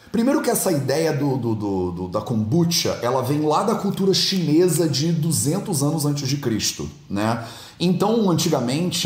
Primeiro que essa ideia da kombucha, ela vem lá da cultura chinesa de 200 anos antes de Cristo, né? Então, antigamente,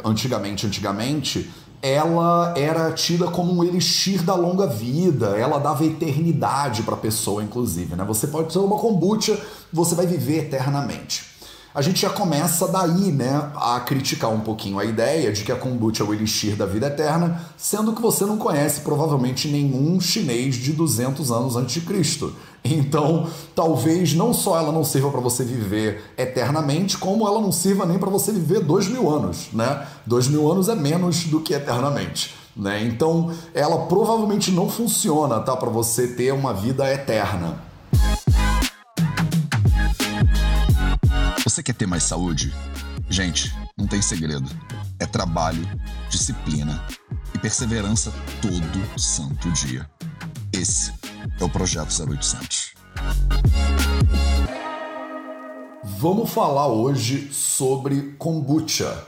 ela era tida como um elixir da longa vida, ela dava eternidade para a pessoa, inclusive, né? Você pode ter uma kombucha, você vai viver eternamente. A gente já começa daí, né, a criticar um pouquinho a ideia de que a kombucha é o elixir da vida eterna, sendo que você não conhece provavelmente nenhum chinês de 200 anos antes de Cristo. Então, talvez não só ela não sirva para você viver eternamente, como ela não sirva nem para você viver 2000 anos, né? 2000 anos é menos do que eternamente, né? Então, ela provavelmente não funciona, tá, para você ter uma vida eterna. Você quer ter mais saúde? Gente, não tem segredo. É trabalho, disciplina e perseverança todo santo dia. Esse é o Projeto 0800. Vamos falar hoje sobre kombucha.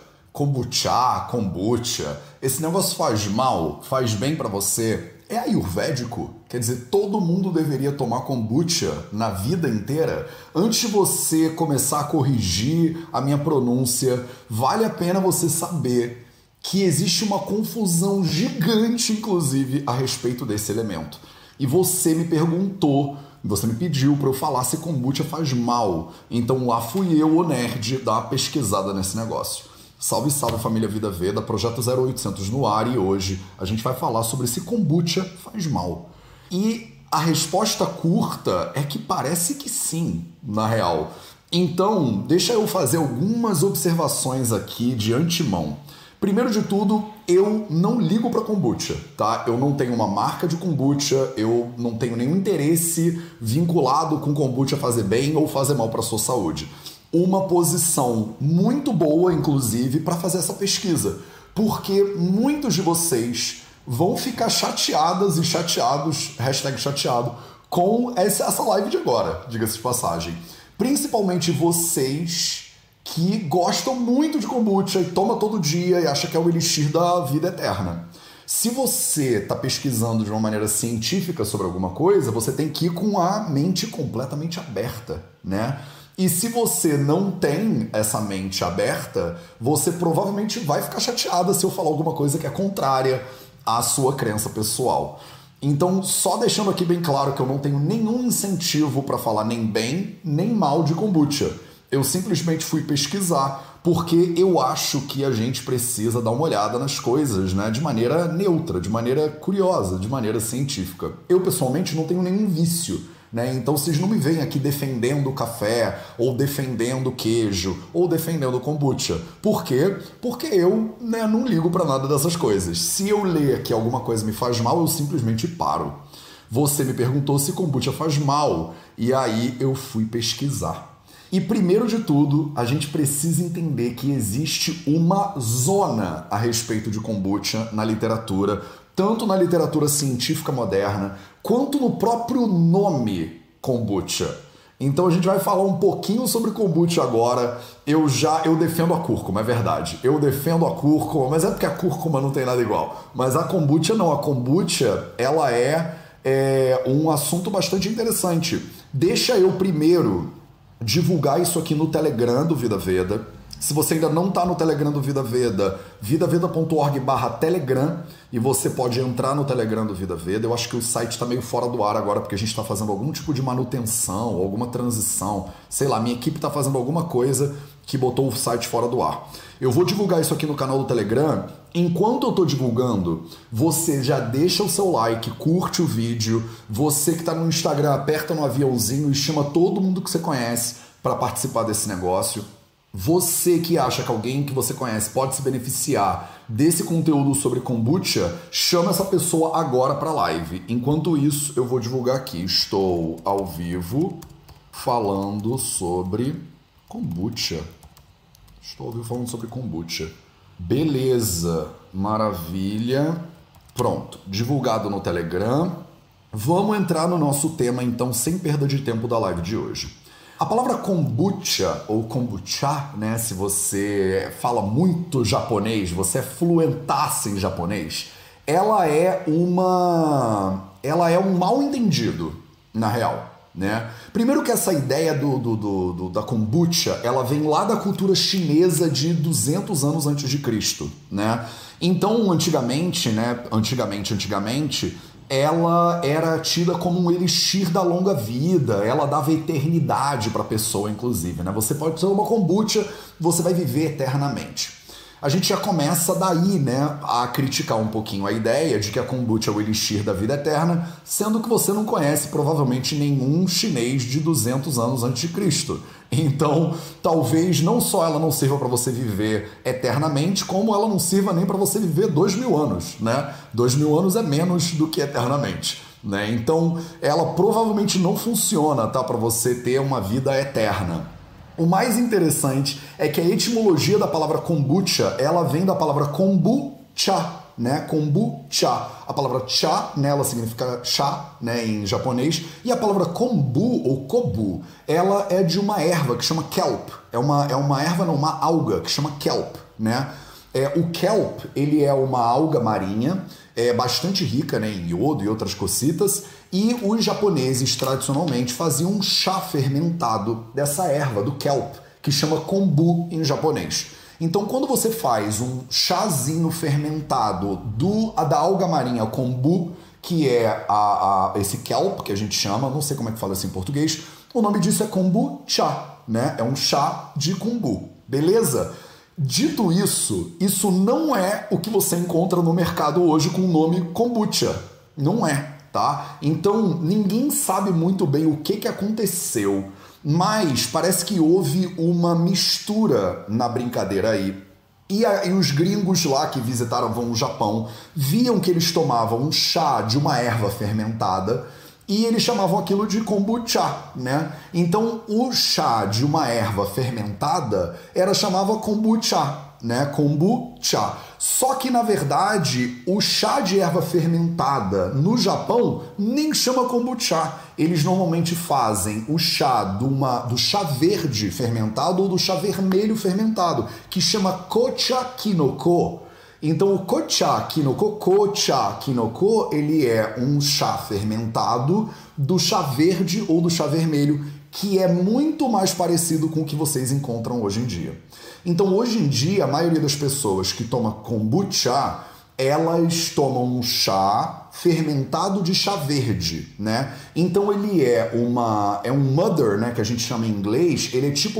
Kombucha. Esse negócio faz mal? Faz bem pra você? É ayurvédico? Quer dizer, todo mundo deveria tomar kombucha na vida inteira? Antes de você começar a corrigir a minha pronúncia, vale a pena você saber que existe uma confusão gigante, inclusive, a respeito desse elemento. E você me perguntou, você me pediu para eu falar se kombucha faz mal. Então lá fui eu, o nerd, dar uma pesquisada nesse negócio. Salve, salve família Vida Veda, Projeto 0800 no ar, e hoje a gente vai falar sobre se kombucha faz mal. E a resposta curta é que parece que sim, na real. Então, deixa eu fazer algumas observações aqui de antemão. Primeiro de tudo, eu não ligo para kombucha, tá? Eu não tenho uma marca de kombucha, eu não tenho nenhum interesse vinculado com kombucha fazer bem ou fazer mal para sua saúde. Uma posição muito boa, inclusive, para fazer essa pesquisa, porque muitos de vocês vão ficar chateadas e chateados, #chateado, com essa live de agora, diga-se de passagem. Principalmente vocês que gostam muito de kombucha e toma todo dia e acha que é o elixir da vida eterna. Se você está pesquisando de uma maneira científica sobre alguma coisa, você tem que ir com a mente completamente aberta, né? E se você não tem essa mente aberta, você provavelmente vai ficar chateada se eu falar alguma coisa que é contrária à sua crença pessoal. Então, só deixando aqui bem claro que eu não tenho nenhum incentivo para falar nem bem nem mal de kombucha. Eu simplesmente fui pesquisar porque eu acho que a gente precisa dar uma olhada nas coisas, né, de maneira neutra, de maneira curiosa, de maneira científica. Eu, pessoalmente, não tenho nenhum vício, né? Então vocês não me veem aqui defendendo café, ou defendendo queijo, ou defendendo kombucha. Por quê? Porque eu, né, não ligo para nada dessas coisas. Se eu ler que alguma coisa me faz mal, eu simplesmente paro. Você me perguntou se kombucha faz mal, e aí eu fui pesquisar. E primeiro de tudo, a gente precisa entender que existe uma zona a respeito de kombucha na literatura, tanto na literatura científica moderna, quanto no próprio nome kombucha. Então a gente vai falar um pouquinho sobre kombucha agora. Eu defendo a cúrcuma, é verdade. Eu defendo a cúrcuma, mas é porque a cúrcuma não tem nada igual. Mas a kombucha não. A kombucha, ela é um assunto bastante interessante. Deixa eu primeiro divulgar isso aqui no Telegram do Vida Veda. Se você ainda não está no Telegram do Vida Veda, vidaveda.org/Telegram, e você pode entrar no Telegram do Vida Veda. Eu acho que o site está meio fora do ar agora, porque a gente está fazendo algum tipo de manutenção, alguma transição. Sei lá, minha equipe está fazendo alguma coisa que botou o site fora do ar. Eu vou divulgar isso aqui no canal do Telegram. Enquanto eu estou divulgando, você já deixa o seu like, curte o vídeo. Você que está no Instagram, aperta no aviãozinho e chama todo mundo que você conhece para participar desse negócio. Você que acha que alguém que você conhece pode se beneficiar desse conteúdo sobre kombucha, chama essa pessoa agora para a live. Enquanto isso, eu vou divulgar aqui. Estou ao vivo falando sobre kombucha. Beleza, maravilha. Pronto, divulgado no Telegram. Vamos entrar no nosso tema, então, sem perda de tempo da live de hoje. A palavra kombucha, ou kombucha, né, se você fala muito japonês, você é fluentaça em japonês, ela é ela é um mal entendido, na real. Né? Primeiro que essa ideia da kombucha, ela vem lá da cultura chinesa de 200 anos antes de Cristo, né? Então, antigamente, ela era tida como um elixir da longa vida, ela dava eternidade para a pessoa, inclusive, né? Você pode tomar uma kombucha, você vai viver eternamente. A gente já começa daí, né, a criticar um pouquinho a ideia de que a kombucha é o elixir da vida eterna, sendo que você não conhece provavelmente nenhum chinês de 200 anos antes de Cristo. Então, talvez não só ela não sirva para você viver eternamente, como ela não sirva nem para você viver 2.000 anos, né? 2.000 anos é menos do que eternamente, né? Então, ela provavelmente não funciona, tá, para você ter uma vida eterna. O mais interessante é que a etimologia da palavra kombucha, ela vem da palavra kombucha, né? Kombucha. A palavra cha, né, ela significa chá, né, em japonês, e a palavra kombu ou kobu, ela é de uma erva que chama kelp. É uma erva, não, uma alga que chama kelp, né? O kelp, ele é uma alga marinha, bastante rica, né, em iodo e outras cocitas, e os japoneses tradicionalmente faziam um chá fermentado dessa erva, do kelp, que chama kombu em japonês. Então, quando você faz um chazinho fermentado da alga marinha kombu, que é esse kelp que a gente chama, não sei como é que fala isso em português, o nome disso é kombucha, né? É um chá de kombu, beleza? Dito isso, isso não é o que você encontra no mercado hoje com o nome kombucha. Não é, tá? Então, ninguém sabe muito bem o que aconteceu, mas parece que houve uma mistura na brincadeira aí. E os gringos lá que visitaram o Japão viam que eles tomavam um chá de uma erva fermentada e eles chamavam aquilo de kombucha, né? Então, o chá de uma erva fermentada chamava kombucha, né? Kombucha. Só que, na verdade, o chá de erva fermentada no Japão nem chama kombucha. Eles normalmente fazem o chá do chá verde fermentado ou do chá vermelho fermentado, que chama kocha kinoko. Então, o kocha kinoko, ele é um chá fermentado do chá verde ou do chá vermelho, que é muito mais parecido com o que vocês encontram hoje em dia. Então, hoje em dia, a maioria das pessoas que toma kombucha, elas tomam um chá fermentado de chá verde, né? Então, ele é um mother, né, que a gente chama em inglês, ele é tipo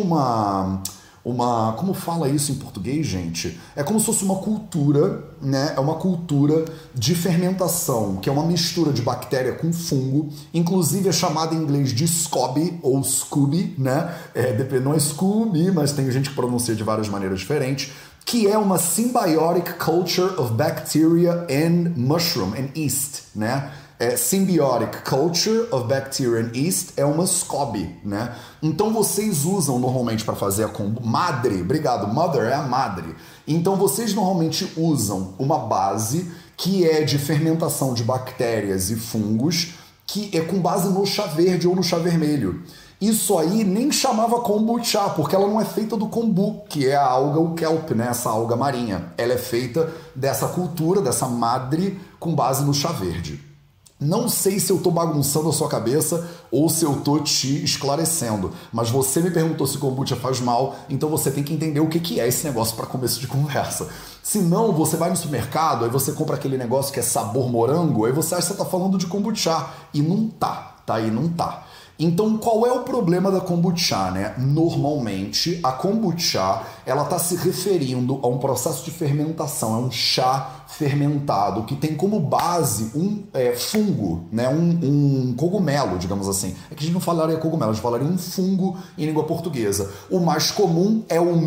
como fala isso em português, gente? É como se fosse uma cultura, né? É uma cultura de fermentação, que é uma mistura de bactéria com fungo, inclusive é chamada em inglês de SCOBY ou SCOBY, né? Não é SCOBY, mas tem gente que pronuncia de várias maneiras diferentes, que é uma symbiotic culture of bacteria and mushroom and yeast, né? Symbiotic Culture of Bacteria and Yeast é uma SCOBY, né? Então vocês usam normalmente para fazer a madre, obrigado, mother é a madre. Então vocês normalmente usam uma base que é de fermentação de bactérias e fungos, que é com base no chá verde ou no chá vermelho. Isso aí nem chamava kombucha, porque ela não é feita do kombu, que é a alga, o kelp, né? Essa alga marinha. Ela é feita dessa cultura, dessa madre, com base no chá verde. Não sei se eu tô bagunçando a sua cabeça ou se eu tô te esclarecendo, mas você me perguntou se kombucha faz mal, então você tem que entender o que é esse negócio para começo de conversa. Se não, você vai no supermercado, aí você compra aquele negócio que é sabor morango, aí você acha que você tá falando de kombucha, e não tá? E não tá. Então, qual é o problema da kombucha, né? Normalmente, a kombucha, ela está se referindo a um processo de fermentação, é um chá fermentado que tem como base um fungo, né? Um cogumelo, digamos assim. É que a gente não falaria cogumelo, a gente falaria um fungo em língua portuguesa. O mais comum é o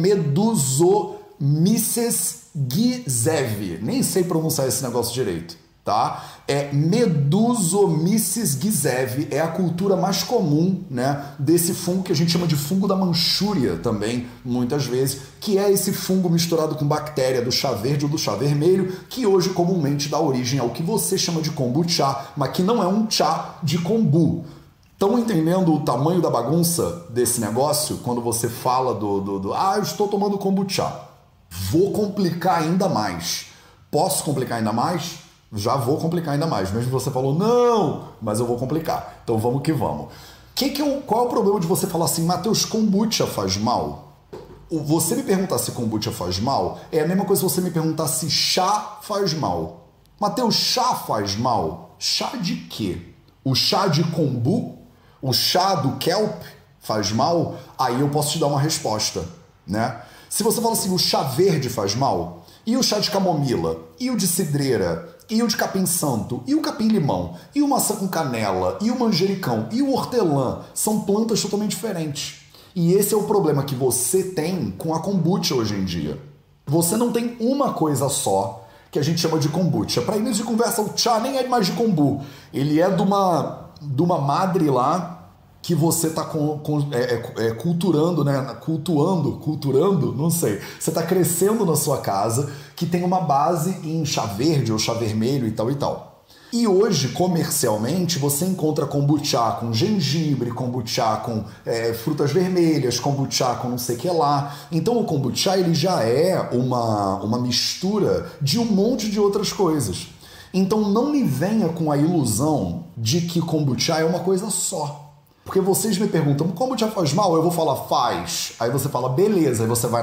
Medusomyces gizevi. Nem sei pronunciar esse negócio direito, tá? Medusomyces gizevi é a cultura mais comum, né, desse fungo que a gente chama de fungo da Manchúria também, muitas vezes, que é esse fungo misturado com bactéria do chá verde ou do chá vermelho, que hoje comumente dá origem ao que você chama de kombucha, mas que não é um chá de kombu. Estão entendendo o tamanho da bagunça desse negócio? Quando você fala eu estou tomando kombucha. Vou complicar ainda mais. Posso complicar ainda mais? Já vou complicar ainda mais. Mesmo você falou, não, mas eu vou complicar. Então vamos que vamos. Qual é o problema de você falar assim, Matheus, kombucha faz mal? Você me perguntar se kombucha faz mal é a mesma coisa que você me perguntar se chá faz mal. Matheus, chá faz mal? Chá de quê? O chá de kombu? O chá do kelp faz mal? Aí eu posso te dar uma resposta, né? Se você fala assim, o chá verde faz mal? E o chá de camomila? E o de cidreira? E o de capim-santo? E o capim-limão? E o maçã com canela? E o manjericão? E o hortelã? São plantas totalmente diferentes. E esse é o problema que você tem com a kombucha hoje em dia. Você não tem uma coisa só que a gente chama de kombucha. Para início de conversa, o chá nem é mais de kombu. Ele é de uma madre lá que você está culturando, né? Culturando, não sei. Você está crescendo na sua casa, que tem uma base em chá verde ou chá vermelho e tal e tal. E hoje, comercialmente, você encontra kombucha com gengibre, kombucha com frutas vermelhas, kombucha com não sei o que lá. Então o kombucha ele já é uma mistura de um monte de outras coisas. Então não me venha com a ilusão de que kombucha é uma coisa só. Porque vocês me perguntam, kombucha faz mal? Eu vou falar, faz. Aí você fala, beleza. Aí você vai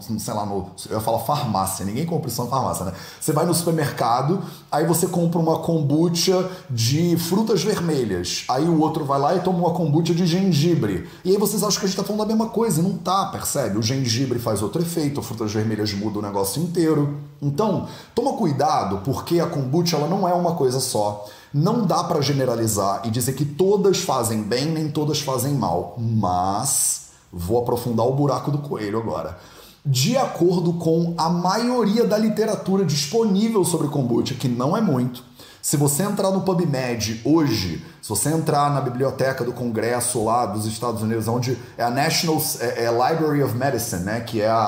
eu falo farmácia. Ninguém compra isso na farmácia, né? Você vai no supermercado, aí você compra uma kombucha de frutas vermelhas. Aí o outro vai lá e toma uma kombucha de gengibre. E aí vocês acham que a gente tá falando da mesma coisa. E não tá, percebe? O gengibre faz outro efeito, frutas vermelhas muda o negócio inteiro. Então, toma cuidado, porque a kombucha ela não é uma coisa só. Não dá para generalizar e dizer que todas fazem bem, nem todas fazem mal. Mas vou aprofundar o buraco do coelho agora. De acordo com a maioria da literatura disponível sobre kombucha, que não é muito, se você entrar no PubMed hoje, se você entrar na biblioteca do Congresso lá dos Estados Unidos, onde é a National Library of Medicine, né, que é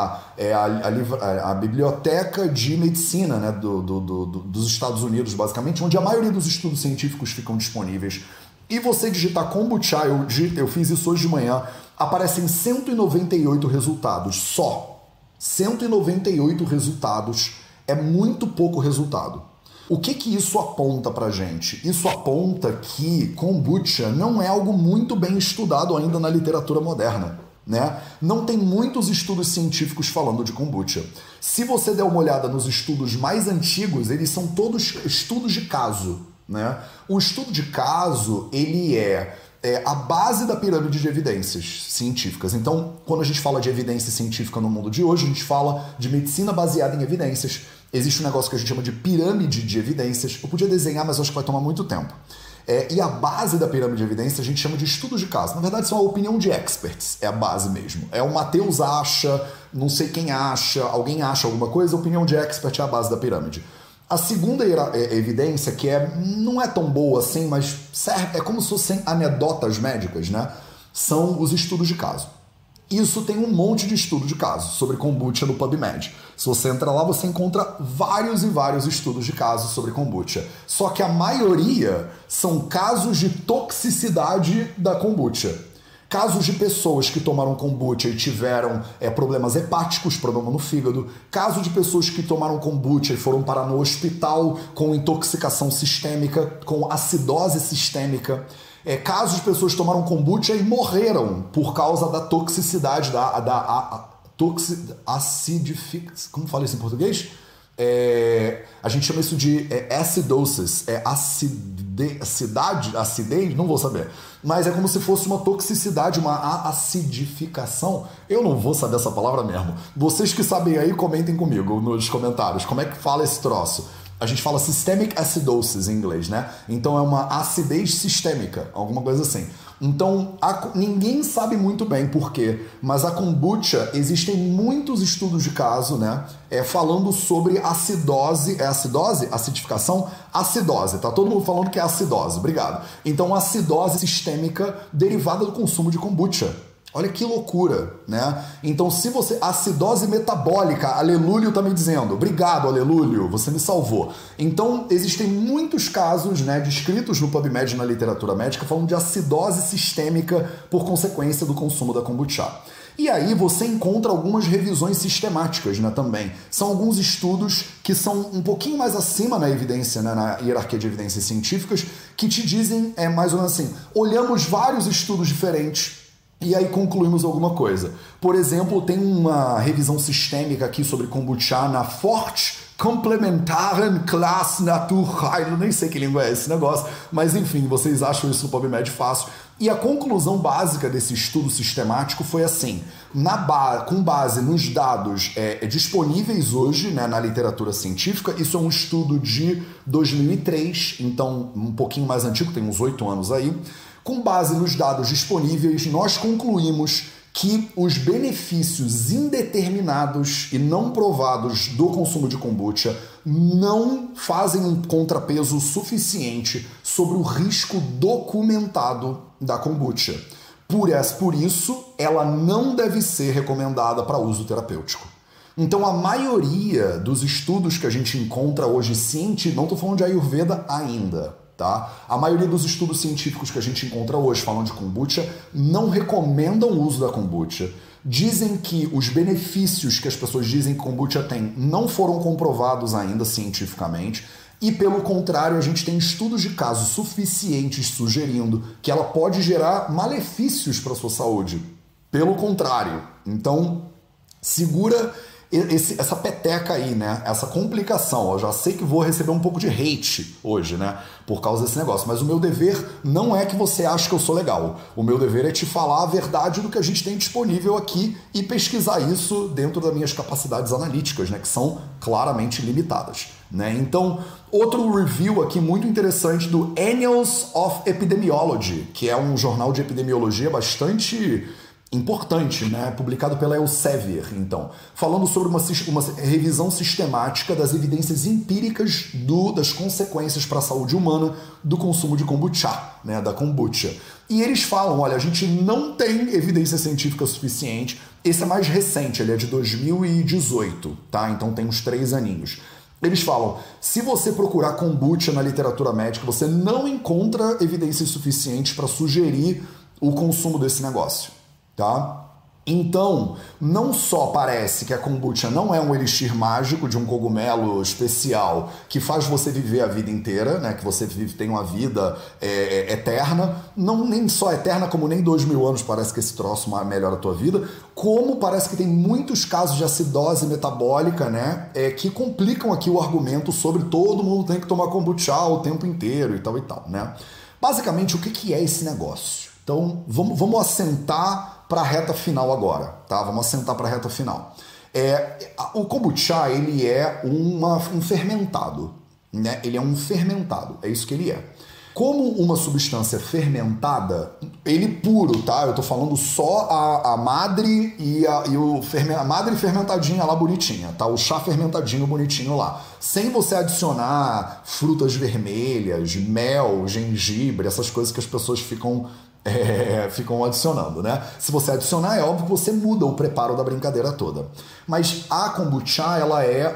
a biblioteca de medicina, né, dos Estados Unidos, basicamente, onde a maioria dos estudos científicos ficam disponíveis. E você digitar kombucha, eu fiz isso hoje de manhã, aparecem 198 resultados só. 198 resultados é muito pouco resultado. O que isso aponta pra gente? Isso aponta que kombucha não é algo muito bem estudado ainda na literatura moderna, né? Não tem muitos estudos científicos falando de kombucha. Se você der uma olhada nos estudos mais antigos, eles são todos estudos de caso, né? O estudo de caso, ele é a base da pirâmide de evidências científicas. Então, quando a gente fala de evidência científica no mundo de hoje, a gente fala de medicina baseada em evidências. Existe um negócio que a gente chama de pirâmide de evidências. Eu podia desenhar, mas eu acho que vai tomar muito tempo. E a base da pirâmide de evidências a gente chama de estudos de caso. Na verdade, isso é uma opinião de experts. É a base mesmo. É o Matheus acha, não sei quem acha, alguém acha alguma coisa, a opinião de expert é a base da pirâmide. A segunda evidência, que não é tão boa assim, mas serve, é como se fossem anedotas médicas, né? São os estudos de caso. Isso tem um monte de estudo de caso sobre kombucha no PubMed. Se você entra lá, você encontra vários e vários estudos de caso sobre kombucha. Só que a maioria são casos de toxicidade da kombucha. Casos de pessoas que tomaram kombucha e tiveram problemas hepáticos, problema no fígado. Caso de pessoas que tomaram kombucha e foram parar no hospital com intoxicação sistêmica, com acidose sistêmica. Casos de pessoas que tomaram kombucha e morreram por causa da toxicidade, acidificação. Como fala isso em português? A gente chama isso de acidosis, acidez, não vou saber. Mas é como se fosse uma toxicidade, uma acidificação. Eu não vou saber essa palavra mesmo. Vocês que sabem aí, comentem comigo nos comentários. Como é que fala esse troço? A gente fala systemic acidosis em inglês, né? Então é uma acidez sistêmica, alguma coisa assim. Então, ninguém sabe muito bem por quê, mas a kombucha, existem muitos estudos de caso, né? Falando sobre acidose. É acidose? Acidificação? Acidose. Tá todo mundo falando que é acidose. Obrigado. Então, acidose sistêmica derivada do consumo de kombucha. Olha que loucura, né? Então, se você... Acidose metabólica, Alelúlio tá me dizendo. Obrigado, Alelúlio, você me salvou. Então, existem muitos casos, né, descritos no PubMed, na literatura médica, falando de acidose sistêmica por consequência do consumo da kombucha. E aí você encontra algumas revisões sistemáticas, né, também. São alguns estudos que são um pouquinho mais acima na evidência, né, na hierarquia de evidências científicas, que te dizem, mais ou menos assim, olhamos vários estudos diferentes e aí concluímos alguma coisa. Por exemplo, tem uma revisão sistêmica aqui sobre kombucha na Forte Komplementaren Classe Naturheil, nem sei que língua é esse negócio, mas enfim, vocês acham isso no PubMed fácil. E a conclusão básica desse estudo sistemático foi assim, com base nos dados disponíveis hoje, né, na literatura científica, isso é um estudo de 2003, então um pouquinho mais antigo, tem uns 8 anos aí, com base nos dados disponíveis, nós concluímos que os benefícios indeterminados e não provados do consumo de kombucha não fazem um contrapeso suficiente sobre o risco documentado da kombucha. Por isso, ela não deve ser recomendada para uso terapêutico. Então, a maioria dos estudos que a gente encontra hoje científicos, não estou falando de Ayurveda ainda, tá? A maioria dos estudos científicos que a gente encontra hoje falando de kombucha não recomendam o uso da kombucha. Dizem que os benefícios que as pessoas dizem que kombucha tem não foram comprovados ainda cientificamente e, pelo contrário, a gente tem estudos de casos suficientes sugerindo que ela pode gerar malefícios para a sua saúde. Pelo contrário. Então, segura essa peteca aí, né? Essa complicação. Eu já sei que vou receber um pouco de hate hoje, né? Por causa desse negócio. Mas o meu dever não é que você ache que eu sou legal. O meu dever é te falar a verdade do que a gente tem disponível aqui e pesquisar isso dentro das minhas capacidades analíticas, né? Que são claramente limitadas, né? Então, outro review aqui muito interessante do Annals of Epidemiology, que é um jornal de epidemiologia bastante importante, né? Publicado pela Elsevier, então, falando sobre uma revisão sistemática das evidências empíricas das consequências para a saúde humana do consumo de kombucha, né? Da kombucha. E eles falam, olha, a gente não tem evidência científica suficiente, esse é mais recente, ele é de 2018, tá? Então tem uns 3 aninhos. Eles falam, se você procurar kombucha na literatura médica, você não encontra evidências suficientes para sugerir o consumo desse negócio. Tá? Então, não só parece que a kombucha não é um elixir mágico de um cogumelo especial que faz você viver a vida inteira, né? Que você tem uma vida eterna, não nem só eterna, como nem 2000 anos parece que esse troço melhora a tua vida, como parece que tem muitos casos de acidose metabólica, né? Que complicam aqui o argumento sobre todo mundo tem que tomar kombucha o tempo inteiro e tal, né? Basicamente, o que é esse negócio? Então, vamos assentar para a reta final agora, tá? Vamos assentar para a reta final. O kombucha, ele é um fermentado, né? Ele é um fermentado, é isso que ele é. Como uma substância fermentada, ele puro, tá? Eu tô falando só a madre a madre fermentadinha lá bonitinha, tá? O chá fermentadinho bonitinho lá. Sem você adicionar frutas vermelhas, mel, gengibre, essas coisas que as pessoas ficam adicionando, né? Se você adicionar, é óbvio que você muda o preparo da brincadeira toda. Mas a kombucha, ela é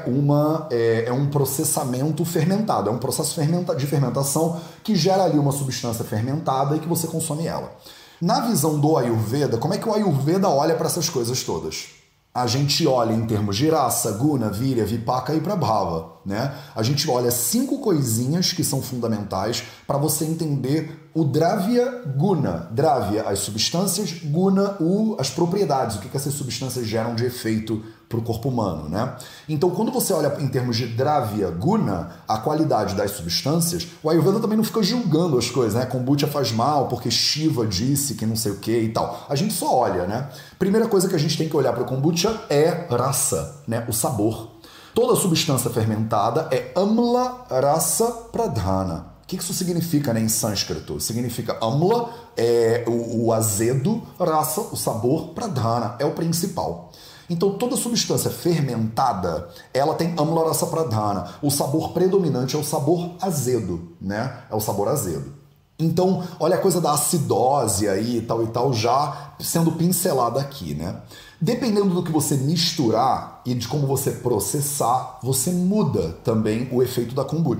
um processamento fermentado, é um processo de fermentação que gera ali uma substância fermentada e que você consome ela. Na visão do Ayurveda, como é que o Ayurveda olha para essas coisas todas? A gente olha em termos de rasa, guna, virya, vipaka e prabhava, né? A gente olha 5 coisinhas que são fundamentais para você entender o dravya guna. Dravya, as substâncias, guna, as propriedades, o que essas substâncias geram de efeito para o corpo humano, né? Então, quando você olha em termos de dravya guna, a qualidade das substâncias, o Ayurveda também não fica julgando as coisas, né? Kombucha faz mal porque Shiva disse que não sei o que e tal. A gente só olha, né? Primeira coisa que a gente tem que olhar para o kombucha é rasa, né? O sabor. Toda substância fermentada é amla rasa pradhana. O que isso significa, né, em sânscrito? Significa amla, o azedo, rasa, o sabor, pradhana, é o principal. Então, toda substância fermentada, ela tem amla rasa pradhana. O sabor predominante é o sabor azedo, né? É o sabor azedo. Então, olha a coisa da acidose aí e tal, já sendo pincelada aqui, né? Dependendo do que você misturar e de como você processar, você muda também o efeito da kombucha.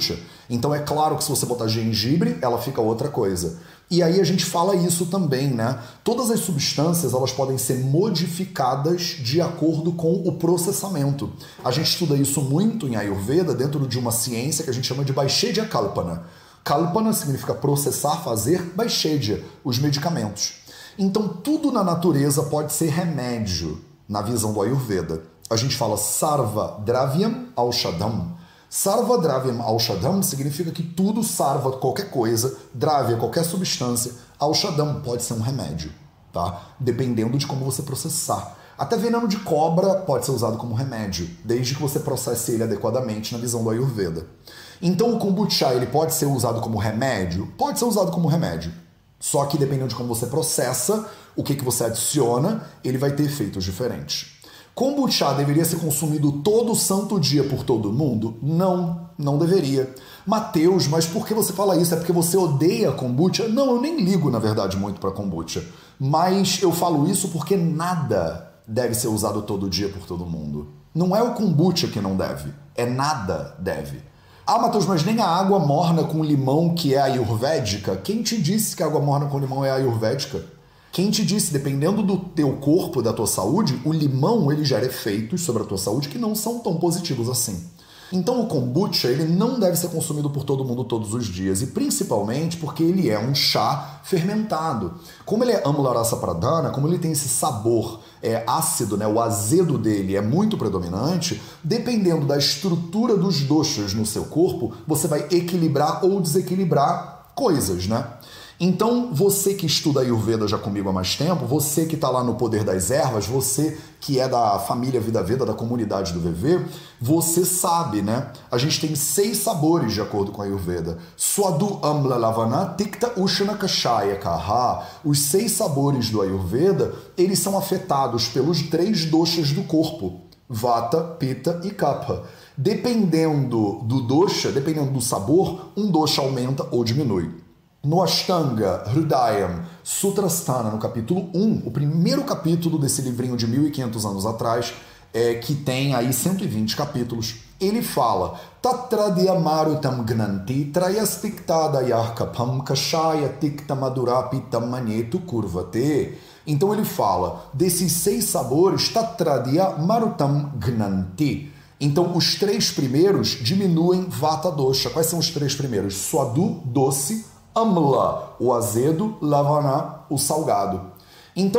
Então é claro que se você botar gengibre, ela fica outra coisa. E aí a gente fala isso também, né? Todas as substâncias, elas podem ser modificadas de acordo com o processamento. A gente estuda isso muito em Ayurveda, dentro de uma ciência que a gente chama de Vaisheshya Kalpana. Kalpana significa processar, fazer, Vaisheshya, os medicamentos. Então tudo na natureza pode ser remédio, na visão do Ayurveda. A gente fala Sarva Dravyam Aushadam. Sarva Dravyam Aushadam significa que tudo sarva, qualquer coisa, dravya, qualquer substância, Aushadam pode ser um remédio, tá? Dependendo de como você processar. Até veneno de cobra pode ser usado como remédio, desde que você processe ele adequadamente na visão do Ayurveda. Então o kombucha, ele pode ser usado como remédio? Pode ser usado como remédio. Só que dependendo de como você processa, o que você adiciona, ele vai ter efeitos diferentes. Kombucha deveria ser consumido todo santo dia por todo mundo? Não, não deveria. Mateus, mas por que você fala isso? É porque você odeia kombucha? Não, eu nem ligo, na verdade, muito para kombucha. Mas eu falo isso porque nada deve ser usado todo dia por todo mundo. Não é o kombucha que não deve, é nada deve. Ah, Mateus, mas nem a água morna com limão que é ayurvédica? Quem te disse que a água morna com limão é ayurvédica? Quem te disse, dependendo do teu corpo, da tua saúde, o limão ele gera efeitos sobre a tua saúde que não são tão positivos assim. Então o kombucha ele não deve ser consumido por todo mundo todos os dias, e principalmente porque ele é um chá fermentado. Como ele é Amla Rasa Pradhana, como ele tem esse sabor ácido, né, o azedo dele é muito predominante, dependendo da estrutura dos doshas no seu corpo, você vai equilibrar ou desequilibrar coisas, né? Então, você que estuda Ayurveda já comigo há mais tempo, você que está lá no Poder das Ervas, você que é da família Vida Veda, da comunidade do VV, você sabe, né? A gente tem 6 sabores de acordo com a Ayurveda. Swadu Amla Lavana Tikta Ushana Kashaya Kaha. Os 6 sabores do Ayurveda, eles são afetados pelos 3 doshas do corpo. Vata, Pitta e Kapha. Dependendo do dosha, dependendo do sabor, um dosha aumenta ou diminui. No Ashtanga Hridayam Sutrasthana, no capítulo 1, o primeiro capítulo desse livrinho de 1500 anos atrás, que tem aí 120 capítulos, ele fala Tatradya Marutam Gnanti Trayastiktada Yarkapam Kashaya Tikta Madurapitam Manetu Kurvate. Então ele fala desses 6 sabores, Tatradya Marutam Gnanti. Então os 3 primeiros diminuem Vata Dosha. Quais são os 3 primeiros? Swadu, doce, Amla, o azedo, Lavana, o salgado. Então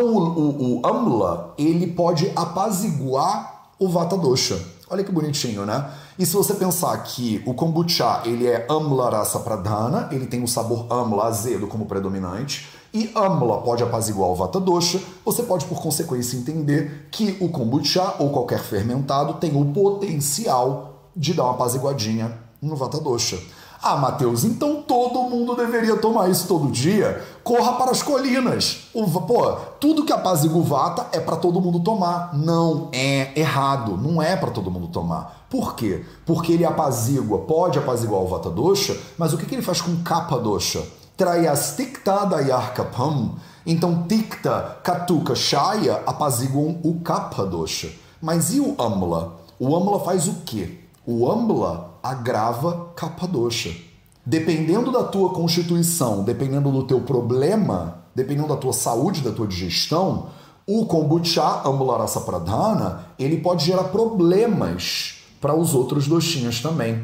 o Amla, ele pode apaziguar o Vata Dosha. Olha que bonitinho, né? E se você pensar que o kombucha, ele é Amla Rasa Pradhana, ele tem o sabor Amla, azedo, como predominante, e Amla pode apaziguar o Vata Dosha, você pode, por consequência, entender que o kombucha, ou qualquer fermentado, tem o potencial de dar uma apaziguadinha no Vata Dosha. Ah, Mateus, então todo mundo deveria tomar isso todo dia? Corra para as colinas. Tudo que apazigua o Vata é para todo mundo tomar. Não, é errado. Não é para todo mundo tomar. Por quê? Porque ele apazigua, pode apaziguar o Vata Dosha, mas o que ele faz com Kapha Dosha? Trayastikta Dayarkapam. Então, Tikta, Katuka, Shaya apaziguam o Kapha Dosha. Mas e o Amla? O Amla faz o quê? O Amla agrava Kapha Dosha. Dependendo da tua constituição, dependendo do teu problema, dependendo da tua saúde, da tua digestão, o kombucha, Amla Rasa Pradhana, ele pode gerar problemas para os outros doshinhas também.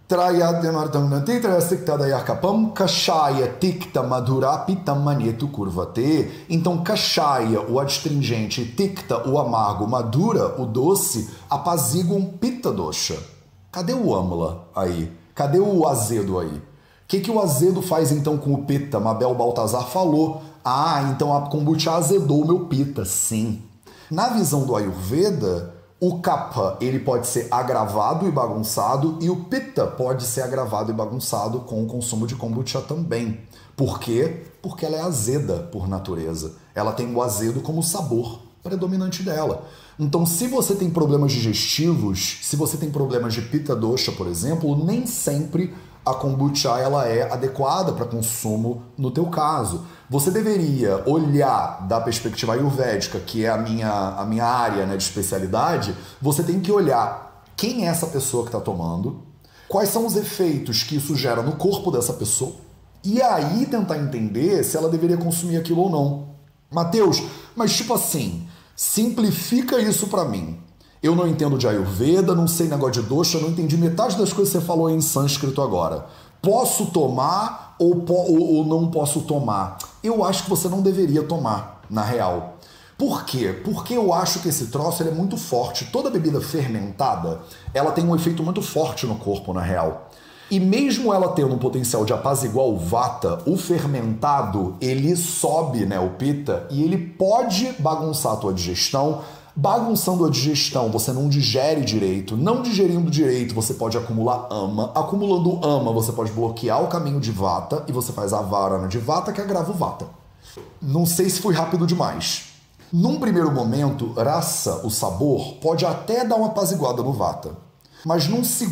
Kashaya Tikta Madurapitam Manetu Kurvate. Então, Kashaya, o adstringente, Tikta, o amargo, Madura, o doce, apaziguam Pitta Dosha. Cadê o Amla aí? Cadê o azedo aí? O que o azedo faz então com o Pitta? Mabel Baltazar falou. Ah, então a kombucha azedou o meu Pitta. Sim. Na visão do Ayurveda, o Kapha ele pode ser agravado e bagunçado, e o Pitta pode ser agravado e bagunçado com o consumo de kombucha também. Por quê? Porque ela é azeda por natureza. Ela tem o azedo como sabor predominante dela. Então, se você tem problemas digestivos, se você tem problemas de Pitta Dosha, por exemplo, nem sempre a kombucha ela é adequada para consumo no teu caso. Você deveria olhar da perspectiva ayurvédica, que é a minha área, né, de especialidade, você tem que olhar quem é essa pessoa que está tomando, quais são os efeitos que isso gera no corpo dessa pessoa, e aí tentar entender se ela deveria consumir aquilo ou não. Matheus, mas tipo assim, simplifica isso pra mim. Eu não entendo de Ayurveda, não sei negócio de dosha, não entendi metade das coisas que você falou em sânscrito agora. Posso tomar ou não posso tomar? Eu acho que você não deveria tomar, na real. Por quê? Porque eu acho que esse troço ele é muito forte. Toda bebida fermentada, ela tem um efeito muito forte no corpo, na real. E mesmo ela tendo um potencial de apaziguar o vata, o fermentado, ele sobe, né, o pitta, e ele pode bagunçar a tua digestão. Bagunçando a digestão, você não digere direito. Não digerindo direito, você pode acumular ama. Acumulando ama, você pode bloquear o caminho de vata, e você faz a varana de vata, que agrava o vata. Não sei se fui rápido demais. Num primeiro momento, rasa, o sabor, pode até dar uma apaziguada no vata. Mas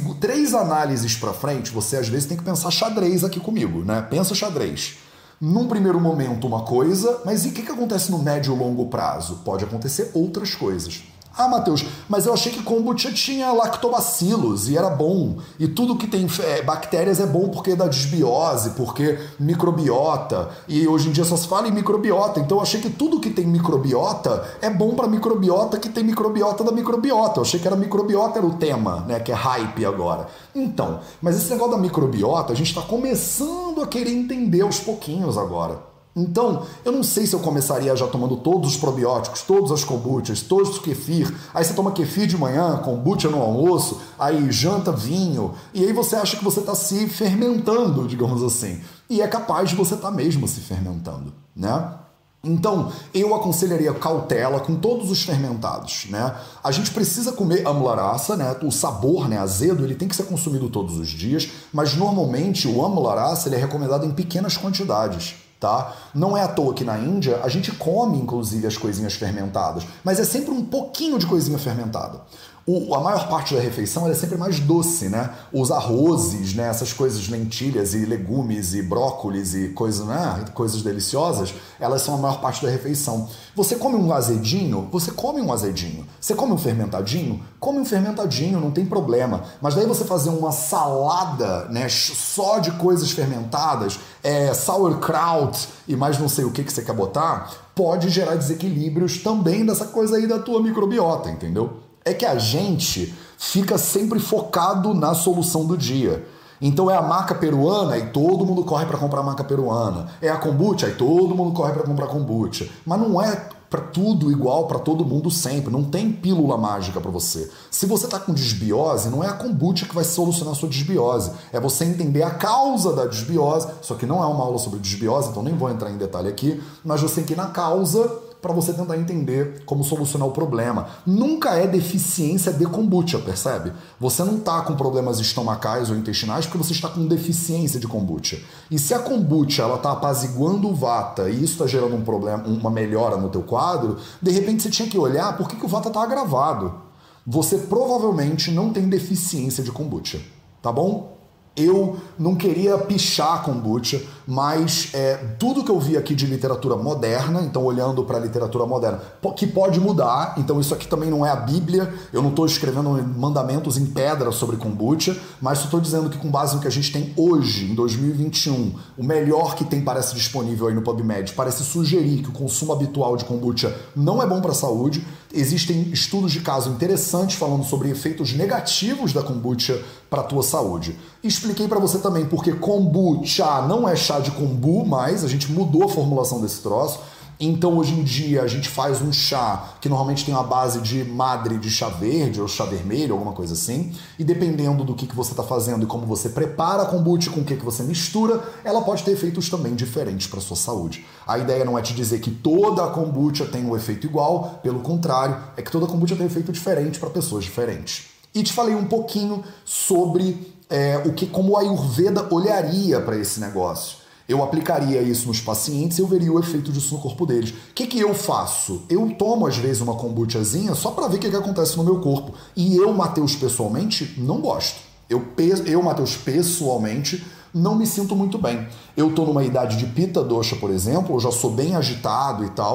3 análises pra frente, você às vezes tem que pensar xadrez aqui comigo, né? Pensa xadrez. Num primeiro momento uma coisa, mas e o que acontece no médio e longo prazo? Pode acontecer outras coisas. Ah, Matheus, mas eu achei que kombucha tinha lactobacilos e era bom. E tudo que tem bactérias é bom porque dá desbiose, porque microbiota. E hoje em dia só se fala em microbiota. Então eu achei que tudo que tem microbiota é bom para microbiota que tem microbiota da microbiota. Eu achei que era microbiota era o tema, né? Que é hype agora. Então, mas esse negócio da microbiota, a gente está começando a querer entender aos pouquinhos agora. Então, eu não sei se eu começaria já tomando todos os probióticos, todas as kombuchas, todos os kefir. Aí você toma kefir de manhã, kombucha no almoço, aí janta vinho, e aí você acha que você está se fermentando, digamos assim. E é capaz de você estar mesmo se fermentando, né? Então, eu aconselharia cautela com todos os fermentados, né? A gente precisa comer amla rasa, né? O sabor, né, azedo, ele tem que ser consumido todos os dias, mas normalmente o amla rasa ele é recomendado em pequenas quantidades. Tá? Não é à toa que na Índia a gente come, inclusive, as coisinhas fermentadas, mas é sempre um pouquinho de coisinha fermentada. A maior parte da refeição é sempre mais doce, né? Os arrozes, né? Essas coisas, lentilhas e legumes e brócolis e coisas, né? Coisas deliciosas, elas são a maior parte da refeição. Você come um azedinho? Você come um azedinho. Você come um fermentadinho? Come um fermentadinho, não tem problema. Mas daí você fazer uma salada, né? Só de coisas fermentadas, sauerkraut e mais não sei o que você quer botar, pode gerar desequilíbrios também dessa coisa aí da tua microbiota, entendeu? É que a gente fica sempre focado na solução do dia. Então é a maca peruana e todo mundo corre para comprar a maca peruana. É a kombucha e todo mundo corre para comprar kombucha. Mas não é para tudo igual para todo mundo sempre. Não tem pílula mágica para você. Se você tá com desbiose, não é a kombucha que vai solucionar a sua desbiose. É você entender a causa da desbiose. Só que não é uma aula sobre desbiose, então nem vou entrar em detalhe aqui. Mas você tem que ir na causa para você tentar entender como solucionar o problema. Nunca é deficiência de kombucha, percebe? Você não está com problemas estomacais ou intestinais porque você está com deficiência de kombucha. E se a kombucha ela está apaziguando o vata e isso está gerando um problema, uma melhora no teu quadro, de repente você tinha que olhar por que o vata está agravado. Você provavelmente não tem deficiência de kombucha, tá bom? Eu não queria pichar a kombucha, mas tudo que eu vi aqui de literatura moderna, então olhando para a literatura moderna, que pode mudar, então isso aqui também não é a Bíblia, eu não estou escrevendo mandamentos em pedra sobre kombucha, mas estou dizendo que com base no que a gente tem hoje, em 2021, o melhor que tem parece disponível aí no PubMed, parece sugerir que o consumo habitual de kombucha não é bom para a saúde. Existem estudos de caso interessantes falando sobre efeitos negativos da kombucha para a tua saúde. Expliquei para você também porque kombucha não é chá de kombu, mas a gente mudou a formulação desse troço. Então hoje em dia a gente faz um chá que normalmente tem uma base de madre de chá verde ou chá vermelho, alguma coisa assim. E dependendo do que você está fazendo e como você prepara a kombucha, com o que você mistura, ela pode ter efeitos também diferentes para a sua saúde. A ideia não é te dizer que toda a kombucha tem um efeito igual, pelo contrário, é que toda kombucha tem um efeito diferente para pessoas diferentes. E te falei um pouquinho sobre como a Ayurveda olharia para esse negócio. Eu aplicaria isso nos pacientes e eu veria o efeito disso no corpo deles. O que eu faço? Eu tomo, às vezes, uma kombuchazinha só para ver o que acontece no meu corpo. E eu, Matheus, pessoalmente, não gosto. Eu, Matheus, pessoalmente, não me sinto muito bem. Eu tô numa idade de Pitta dosha, por exemplo, eu já sou bem agitado e tal,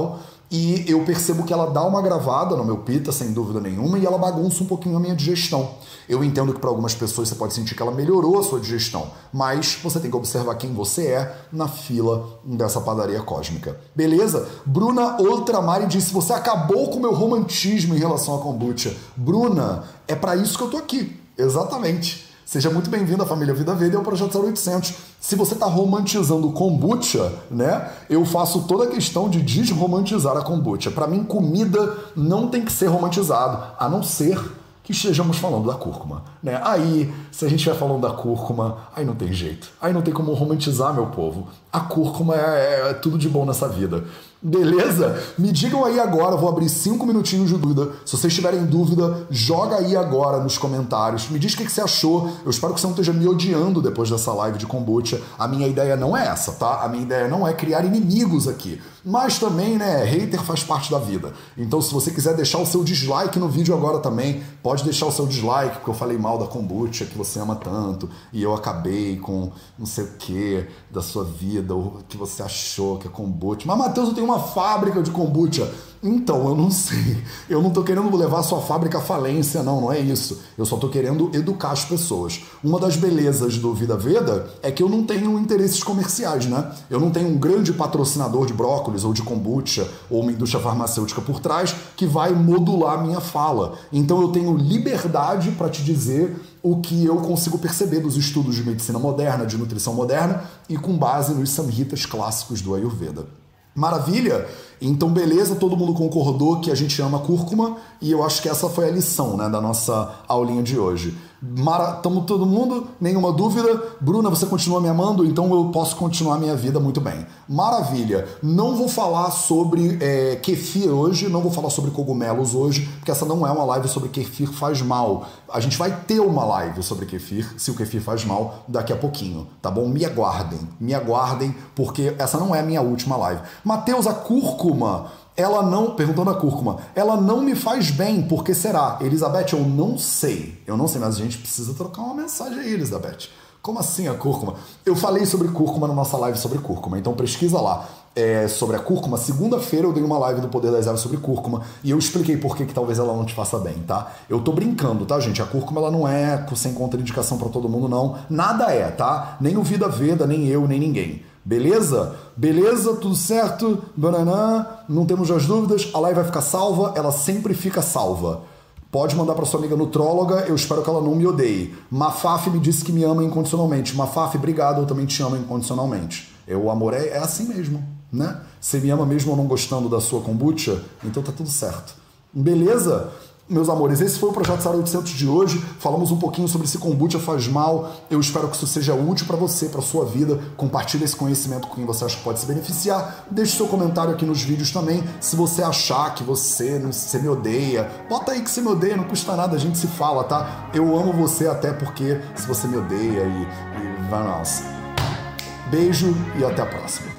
e eu percebo que ela dá uma gravada no meu pita, sem dúvida nenhuma, e ela bagunça um pouquinho a minha digestão. Eu entendo que para algumas pessoas você pode sentir que ela melhorou a sua digestão, mas você tem que observar quem você é na fila dessa padaria cósmica. Beleza? Bruna Outramari disse, você acabou com o meu romantismo em relação à kombucha. Bruna, é para isso que eu tô aqui. Exatamente. Seja muito bem-vindo à família Vida Verde e ao Projeto 0800. Se você está romantizando kombucha, né, eu faço toda a questão de desromantizar a kombucha. Para mim, comida não tem que ser romantizado, a não ser que estejamos falando da cúrcuma, né? Aí, se a gente estiver falando da cúrcuma, aí não tem jeito. Aí não tem como romantizar, meu povo. A cúrcuma é tudo de bom nessa vida. Beleza? Me digam aí agora, vou abrir 5 minutinhos de dúvida. Se vocês tiverem dúvida, joga aí agora nos comentários. Me diz o que você achou. Eu espero que você não esteja me odiando depois dessa live de kombucha. A minha ideia não é essa, tá? A minha ideia não é criar inimigos aqui. Mas também, né, hater faz parte da vida. Então, se você quiser deixar o seu dislike no vídeo agora também, pode deixar o seu dislike, porque eu falei mal da kombucha, que você ama tanto, e eu acabei com não sei o que da sua vida, o que você achou que é kombucha. Mas, Matheus, eu tenho uma fábrica de kombucha. Então, eu não sei. Eu não tô querendo levar a sua fábrica à falência, não é isso. Eu só tô querendo educar as pessoas. Uma das belezas do Vida Veda é que eu não tenho interesses comerciais, né? Eu não tenho um grande patrocinador de brócolis ou de kombucha ou uma indústria farmacêutica por trás que vai modular a minha fala. Então, eu tenho liberdade para te dizer o que eu consigo perceber dos estudos de medicina moderna, de nutrição moderna e com base nos samhitas clássicos do Ayurveda. Maravilha? Então, beleza, todo mundo concordou que a gente ama cúrcuma e eu acho que essa foi a lição, né, da nossa aulinha de hoje. Tamo todo mundo? Nenhuma dúvida? Bruna, você continua me amando? Então eu posso continuar minha vida muito bem. Maravilha! Não vou falar sobre kefir hoje, não vou falar sobre cogumelos hoje, porque essa não é uma live sobre kefir faz mal. A gente vai ter uma live sobre kefir, se o kefir faz mal, daqui a pouquinho, tá bom? Me aguardem, porque essa não é a minha última live. Matheus, a cúrcuma... ela não, perguntando a cúrcuma, ela não me faz bem, por que será? Elizabeth, eu não sei, mas a gente precisa trocar uma mensagem aí, Elizabeth. Como assim a cúrcuma? Eu falei sobre cúrcuma na nossa live sobre cúrcuma, então pesquisa lá sobre a cúrcuma. Segunda-feira eu dei uma live do Poder das Ervas sobre cúrcuma e eu expliquei por que talvez ela não te faça bem, tá? Eu tô brincando, tá, gente? A cúrcuma ela não é sem contraindicação pra todo mundo, não. Nada é, tá? Nem o Vida Veda, nem eu, nem ninguém. Beleza? Beleza? Tudo certo? Bananã? Não temos as dúvidas? A live vai ficar salva? Ela sempre fica salva. Pode mandar para sua amiga nutróloga, eu espero que ela não me odeie. Mafaf me disse que me ama incondicionalmente. Mafaf, obrigado, eu também te amo incondicionalmente. O amor é assim mesmo, né? Você me ama mesmo ou não gostando da sua kombucha? Então tá tudo certo. Beleza? Meus amores, esse foi o Projeto 0800 de hoje. Falamos um pouquinho sobre se kombucha faz mal. Eu espero que isso seja útil para você, para sua vida. Compartilhe esse conhecimento com quem você acha que pode se beneficiar. Deixe seu comentário aqui nos vídeos também. Se você achar que você me odeia, bota aí que você me odeia, não custa nada, a gente se fala, tá? Eu amo você até porque se você me odeia e vamos. Beijo e até a próxima.